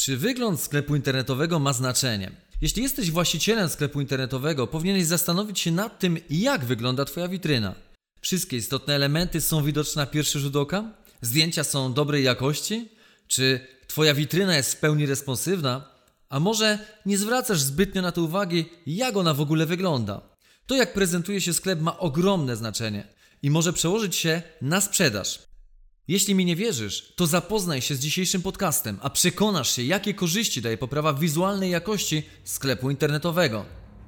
Czy wygląd sklepu internetowego ma znaczenie? Jeśli jesteś właścicielem sklepu internetowego, powinieneś zastanowić się nad tym, jak wygląda Twoja witryna. Wszystkie istotne elementy są widoczne na pierwszy rzut oka? Zdjęcia są dobrej jakości? Czy Twoja witryna jest w pełni responsywna? A może nie zwracasz zbytnio na to uwagi, jak ona w ogóle wygląda? To, jak prezentuje się sklep, ma ogromne znaczenie i może przełożyć się na sprzedaż. Jeśli mi nie wierzysz, to zapoznaj się z dzisiejszym podcastem, a przekonasz się, jakie korzyści daje poprawa wizualnej jakości sklepu internetowego.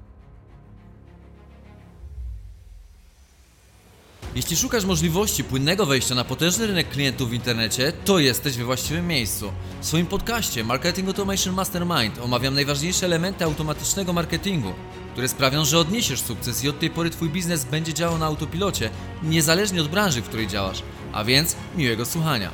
Jeśli szukasz możliwości płynnego wejścia na potężny rynek klientów w internecie, to jesteś we właściwym miejscu. W swoim podcaście Marketing Automation Mastermind omawiam najważniejsze elementy automatycznego marketingu, które sprawią, że odniesiesz sukces i od tej pory Twój biznes będzie działał na autopilocie, niezależnie od branży, w której działasz. A więc miłego słuchania.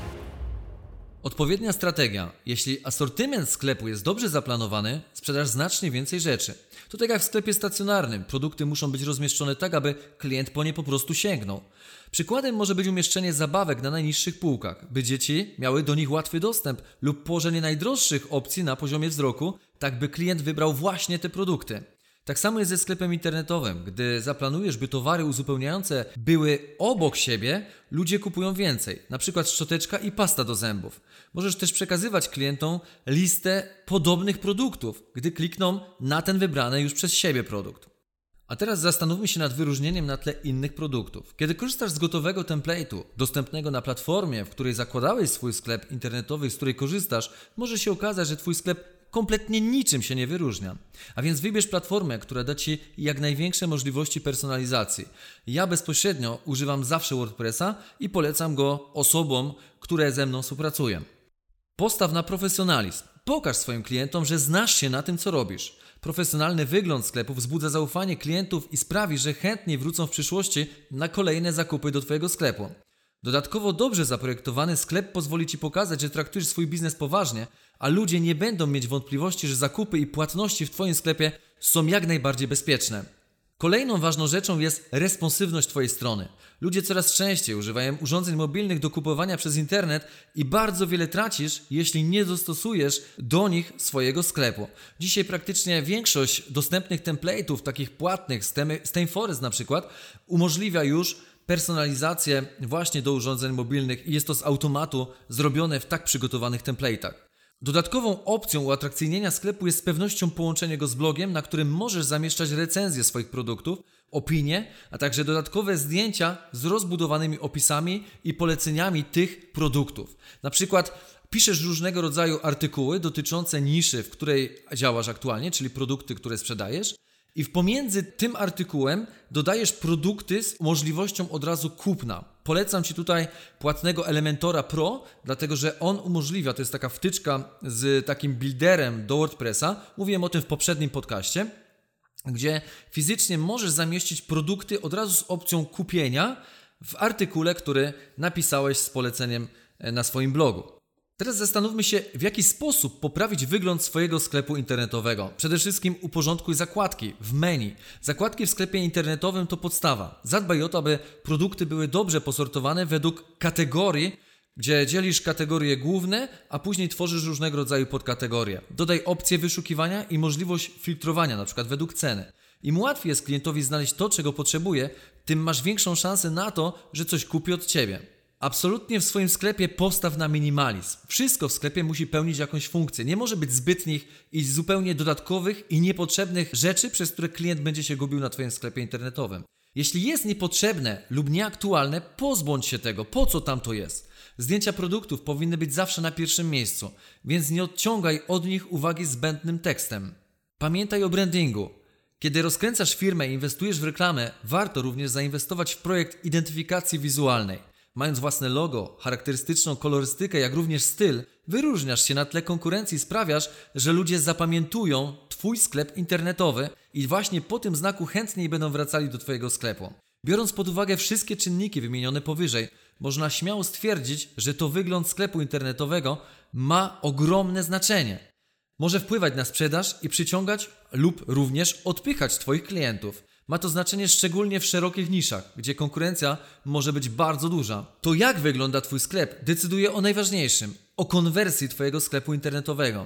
Odpowiednia strategia. Jeśli asortyment sklepu jest dobrze zaplanowany, sprzedasz znacznie więcej rzeczy. To tak jak w sklepie stacjonarnym. Produkty muszą być rozmieszczone tak, aby klient po nie po prostu sięgnął. Przykładem może być umieszczenie zabawek na najniższych półkach, by dzieci miały do nich łatwy dostęp lub położenie najdroższych opcji na poziomie wzroku, tak by klient wybrał właśnie te produkty. Tak samo jest ze sklepem internetowym. Gdy zaplanujesz, by towary uzupełniające były obok siebie, ludzie kupują więcej. Na przykład szczoteczka i pasta do zębów. Możesz też przekazywać klientom listę podobnych produktów, gdy klikną na ten wybrany już przez siebie produkt. A teraz zastanówmy się nad wyróżnieniem na tle innych produktów. Kiedy korzystasz z gotowego template'u, dostępnego na platformie, w której zakładałeś swój sklep internetowy, z której korzystasz, może się okazać, że Twój sklep kompletnie niczym się nie wyróżnia. A więc wybierz platformę, która da Ci jak największe możliwości personalizacji. Ja bezpośrednio używam zawsze WordPressa i polecam go osobom, które ze mną współpracują. Postaw na profesjonalizm. Pokaż swoim klientom, że znasz się na tym, co robisz. Profesjonalny wygląd sklepu wzbudza zaufanie klientów i sprawi, że chętniej wrócą w przyszłości na kolejne zakupy do Twojego sklepu. Dodatkowo dobrze zaprojektowany sklep pozwoli Ci pokazać, że traktujesz swój biznes poważnie, a ludzie nie będą mieć wątpliwości, że zakupy i płatności w Twoim sklepie są jak najbardziej bezpieczne. Kolejną ważną rzeczą jest responsywność Twojej strony. Ludzie coraz częściej używają urządzeń mobilnych do kupowania przez internet i bardzo wiele tracisz, jeśli nie dostosujesz do nich swojego sklepu. Dzisiaj praktycznie większość dostępnych template'ów, takich płatnych, z ThemeForest na przykład, umożliwia już personalizację właśnie do urządzeń mobilnych i jest to z automatu zrobione w tak przygotowanych template'ach. Dodatkową opcją uatrakcyjnienia sklepu jest z pewnością połączenie go z blogiem, na którym możesz zamieszczać recenzje swoich produktów, opinie, a także dodatkowe zdjęcia z rozbudowanymi opisami i poleceniami tych produktów. Na przykład piszesz różnego rodzaju artykuły dotyczące niszy, w której działasz aktualnie, czyli produkty, które sprzedajesz, i pomiędzy tym artykułem dodajesz produkty z możliwością od razu kupna. Polecam Ci tutaj płatnego Elementora Pro, dlatego że on umożliwia, to jest taka wtyczka z takim builderem do WordPressa, mówiłem o tym w poprzednim podcaście, gdzie fizycznie możesz zamieścić produkty od razu z opcją kupienia w artykule, który napisałeś z poleceniem na swoim blogu. Teraz zastanówmy się, w jaki sposób poprawić wygląd swojego sklepu internetowego. Przede wszystkim uporządkuj zakładki w menu. Zakładki w sklepie internetowym to podstawa. Zadbaj o to, aby produkty były dobrze posortowane według kategorii, gdzie dzielisz kategorie główne, a później tworzysz różnego rodzaju podkategorie. Dodaj opcje wyszukiwania i możliwość filtrowania, np. według ceny. Im łatwiej jest klientowi znaleźć to, czego potrzebuje, tym masz większą szansę na to, że coś kupi od Ciebie. Absolutnie w swoim sklepie postaw na minimalizm. Wszystko w sklepie musi pełnić jakąś funkcję. Nie może być zbytnich i zupełnie dodatkowych i niepotrzebnych rzeczy, przez które klient będzie się gubił na Twoim sklepie internetowym. Jeśli jest niepotrzebne lub nieaktualne, pozbądź się tego. Po co tam to jest? Zdjęcia produktów powinny być zawsze na pierwszym miejscu, więc nie odciągaj od nich uwagi zbędnym tekstem. Pamiętaj o brandingu. Kiedy rozkręcasz firmę i inwestujesz w reklamę, warto również zainwestować w projekt identyfikacji wizualnej. Mając własne logo, charakterystyczną kolorystykę, jak również styl, wyróżniasz się na tle konkurencji i sprawiasz, że ludzie zapamiętują Twój sklep internetowy i właśnie po tym znaku chętniej będą wracali do Twojego sklepu. Biorąc pod uwagę wszystkie czynniki wymienione powyżej, można śmiało stwierdzić, że to wygląd sklepu internetowego ma ogromne znaczenie. Może wpływać na sprzedaż i przyciągać lub również odpychać Twoich klientów. Ma to znaczenie szczególnie w szerokich niszach, gdzie konkurencja może być bardzo duża. To jak wygląda Twój sklep decyduje o najważniejszym, o konwersji Twojego sklepu internetowego.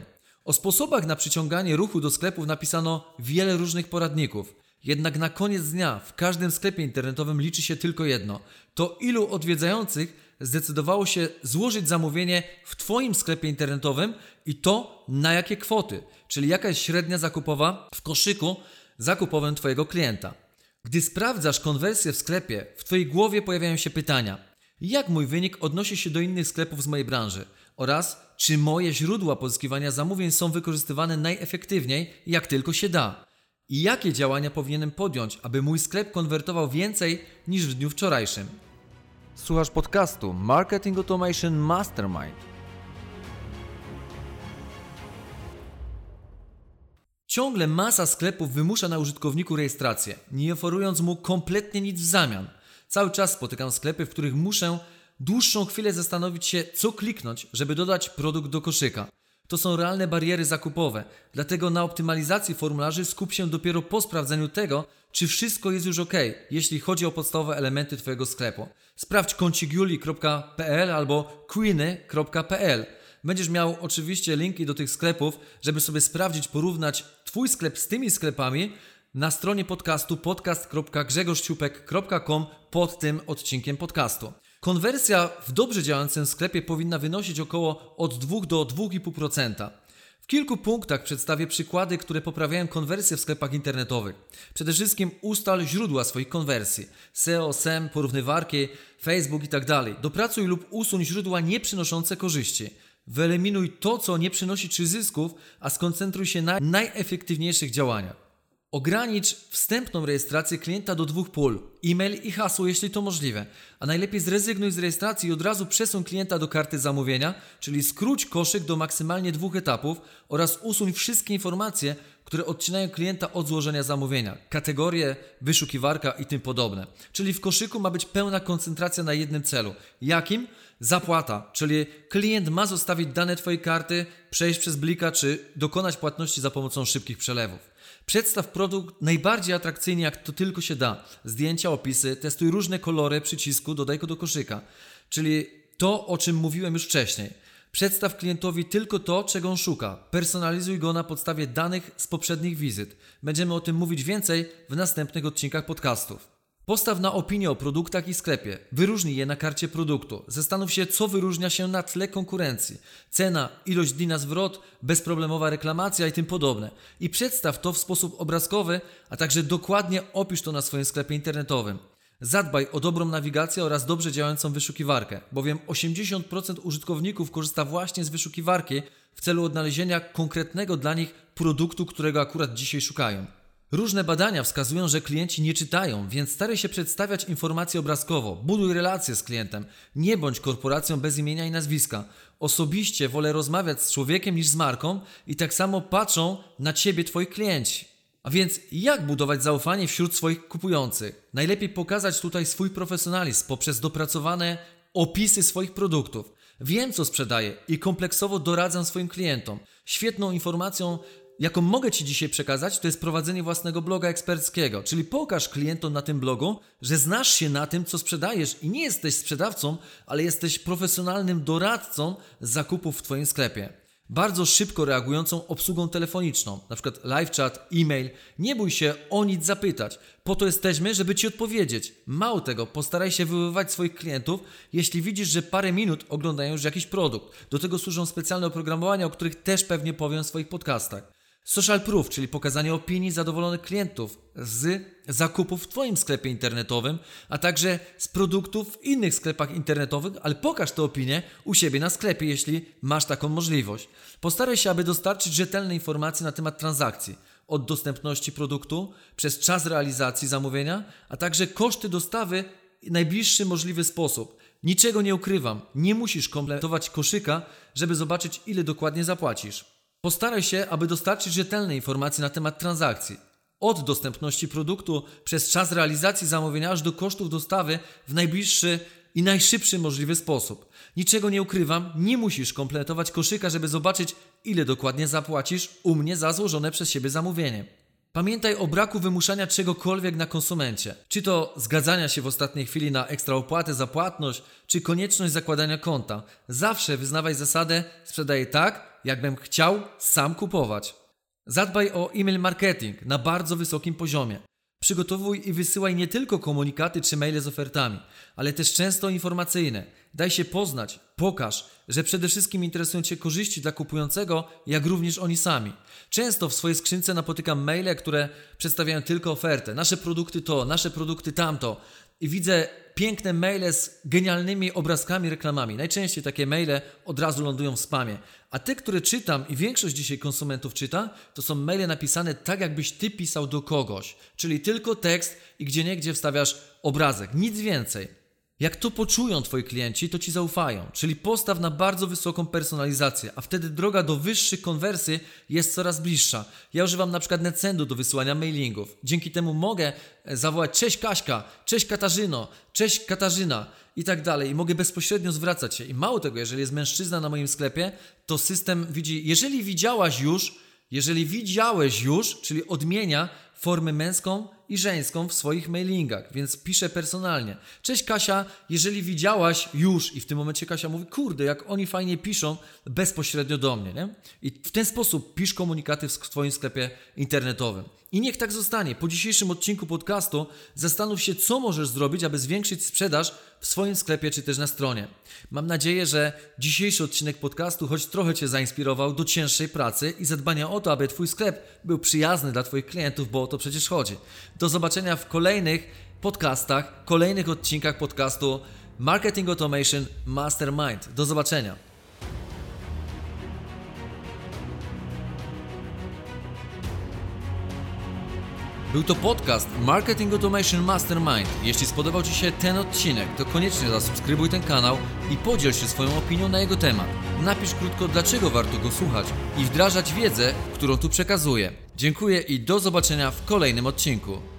O sposobach na przyciąganie ruchu do sklepów napisano wiele różnych poradników. Jednak na koniec dnia w każdym sklepie internetowym liczy się tylko jedno. To ilu odwiedzających zdecydowało się złożyć zamówienie w Twoim sklepie internetowym i to na jakie kwoty, czyli jaka jest średnia zakupowa w koszyku zakupowym Twojego klienta. Gdy sprawdzasz konwersję w sklepie, w Twojej głowie pojawiają się pytania: jak mój wynik odnosi się do innych sklepów z mojej branży? Oraz czy moje źródła pozyskiwania zamówień są wykorzystywane najefektywniej, jak tylko się da? I jakie działania powinienem podjąć, aby mój sklep konwertował więcej niż w dniu wczorajszym? Słuchasz podcastu Marketing Automation Mastermind. Ciągle masa sklepów wymusza na użytkowniku rejestrację, nie oferując mu kompletnie nic w zamian. Cały czas spotykam sklepy, w których muszę dłuższą chwilę zastanowić się, co kliknąć, żeby dodać produkt do koszyka. To są realne bariery zakupowe, dlatego na optymalizacji formularzy skup się dopiero po sprawdzeniu tego, czy wszystko jest już ok, jeśli chodzi o podstawowe elementy Twojego sklepu. Sprawdź kącikjuli.pl albo queeny.pl. Będziesz miał oczywiście linki do tych sklepów, żeby sobie sprawdzić, porównać Twój sklep z tymi sklepami na stronie podcastu podcast.grzegorz.com pod tym odcinkiem podcastu. Konwersja w dobrze działającym sklepie powinna wynosić około od 2 do 2,5%. W kilku punktach przedstawię przykłady, które poprawiają konwersję w sklepach internetowych. Przede wszystkim ustal źródła swoich konwersji. SEO, SEM, porównywarki, Facebook itd. Dopracuj lub usuń źródła nieprzynoszące korzyści. Wyeliminuj to, co nie przynosi Ci zysków, a skoncentruj się na najefektywniejszych działaniach. Ogranicz wstępną rejestrację klienta do 2 pól, e-mail i hasło, jeśli to możliwe, a najlepiej zrezygnuj z rejestracji i od razu przesuń klienta do karty zamówienia, czyli skróć koszyk do maksymalnie 2 etapów oraz usuń wszystkie informacje, które odcinają klienta od złożenia zamówienia, kategorie, wyszukiwarka i tym podobne. Czyli w koszyku ma być pełna koncentracja na jednym celu. Jakim? Zapłata, czyli klient ma zostawić dane Twojej karty, przejść przez blika czy dokonać płatności za pomocą szybkich przelewów. Przedstaw produkt najbardziej atrakcyjnie, jak to tylko się da. Zdjęcia, opisy, testuj różne kolory przycisku, dodaj go do koszyka. Czyli to, o czym mówiłem już wcześniej. Przedstaw klientowi tylko to, czego on szuka. Personalizuj go na podstawie danych z poprzednich wizyt. Będziemy o tym mówić więcej w następnych odcinkach podcastów. Postaw na opinię o produktach i sklepie. Wyróżnij je na karcie produktu. Zastanów się, co wyróżnia się na tle konkurencji. Cena, ilość dni na zwrot, bezproblemowa reklamacja i tym podobne. I przedstaw to w sposób obrazkowy, a także dokładnie opisz to na swoim sklepie internetowym. Zadbaj o dobrą nawigację oraz dobrze działającą wyszukiwarkę, bowiem 80% użytkowników korzysta właśnie z wyszukiwarki w celu odnalezienia konkretnego dla nich produktu, którego akurat dzisiaj szukają. Różne badania wskazują, że klienci nie czytają, więc staraj się przedstawiać informacje obrazkowo. Buduj relacje z klientem. Nie bądź korporacją bez imienia i nazwiska. Osobiście wolę rozmawiać z człowiekiem niż z marką i tak samo patrzą na Ciebie Twoi klienci. A więc jak budować zaufanie wśród swoich kupujących? Najlepiej pokazać tutaj swój profesjonalizm poprzez dopracowane opisy swoich produktów. Wiem, co sprzedaję i kompleksowo doradzam swoim klientom. Świetną informacją, jaką mogę Ci dzisiaj przekazać, to jest prowadzenie własnego bloga eksperckiego, czyli pokaż klientom na tym blogu, że znasz się na tym, co sprzedajesz i nie jesteś sprzedawcą, ale jesteś profesjonalnym doradcą zakupów w Twoim sklepie. Bardzo szybko reagującą obsługą telefoniczną, np. live chat, e-mail. Nie bój się o nic zapytać. Po to jesteśmy, żeby Ci odpowiedzieć. Mało tego, postaraj się wywoływać swoich klientów, jeśli widzisz, że parę minut oglądają już jakiś produkt. Do tego służą specjalne oprogramowania, o których też pewnie powiem w swoich podcastach. Social proof, czyli pokazanie opinii zadowolonych klientów z zakupów w Twoim sklepie internetowym, a także z produktów w innych sklepach internetowych, ale pokaż te opinie u siebie na sklepie, jeśli masz taką możliwość. Postaraj się, aby dostarczyć rzetelne informacje na temat transakcji, od dostępności produktu, przez czas realizacji zamówienia, a także koszty dostawy w najbliższy możliwy sposób. Niczego nie ukrywam, nie musisz kompletować koszyka, żeby zobaczyć, ile dokładnie zapłacisz. Postaraj się, aby dostarczyć rzetelne informacje na temat transakcji. Od dostępności produktu, przez czas realizacji zamówienia, aż do kosztów dostawy w najbliższy i najszybszy możliwy sposób. Niczego nie ukrywam, nie musisz kompletować koszyka, żeby zobaczyć, ile dokładnie zapłacisz u mnie za złożone przez siebie zamówienie. Pamiętaj o braku wymuszania czegokolwiek na konsumencie. Czy to zgadzania się w ostatniej chwili na ekstra opłatę za płatność, czy konieczność zakładania konta. Zawsze wyznawaj zasadę: sprzedaję tak, jakbym chciał sam kupować. Zadbaj o e-mail marketing na bardzo wysokim poziomie. Przygotowuj i wysyłaj nie tylko komunikaty czy maile z ofertami, ale też często informacyjne. Daj się poznać, pokaż, że przede wszystkim interesują Cię korzyści dla kupującego, jak również oni sami. Często w swojej skrzynce napotykam maile, które przedstawiają tylko ofertę. Nasze produkty to, nasze produkty tamto. I widzę piękne maile z genialnymi obrazkami, reklamami. Najczęściej takie maile od razu lądują w spamie. A te, które czytam i większość dzisiaj konsumentów czyta, to są maile napisane tak, jakbyś Ty pisał do kogoś. Czyli tylko tekst i gdzieniegdzie wstawiasz obrazek. Nic więcej. Jak to poczują Twoi klienci, to Ci zaufają. Czyli postaw na bardzo wysoką personalizację, a wtedy droga do wyższych konwersji jest coraz bliższa. Ja używam na przykład NetSendu do wysyłania mailingów. Dzięki temu mogę zawołać: cześć Kaśka, cześć Katarzyno, cześć Katarzyna i tak dalej. I mogę bezpośrednio zwracać się. I mało tego, jeżeli jest mężczyzna na moim sklepie, to system widzi: jeżeli widziałeś już, czyli odmienia formę męską i żeńską w swoich mailingach, więc piszę personalnie: cześć Kasia, jeżeli widziałaś już, i w tym momencie Kasia mówi: kurde, jak oni fajnie piszą bezpośrednio do mnie, nie? I w ten sposób pisz komunikaty w Twoim sklepie internetowym. I niech tak zostanie. Po dzisiejszym odcinku podcastu zastanów się, co możesz zrobić, aby zwiększyć sprzedaż w swoim sklepie czy też na stronie. Mam nadzieję, że dzisiejszy odcinek podcastu choć trochę Cię zainspirował do cięższej pracy i zadbania o to, aby Twój sklep był przyjazny dla Twoich klientów, bo o to przecież chodzi. Do zobaczenia w kolejnych podcastach, kolejnych odcinkach podcastu Marketing Automation Mastermind. Do zobaczenia. Był to podcast Marketing Automation Mastermind. Jeśli spodobał Ci się ten odcinek, to koniecznie zasubskrybuj ten kanał i podziel się swoją opinią na jego temat. Napisz krótko, dlaczego warto go słuchać i wdrażać wiedzę, którą tu przekazuję. Dziękuję i do zobaczenia w kolejnym odcinku.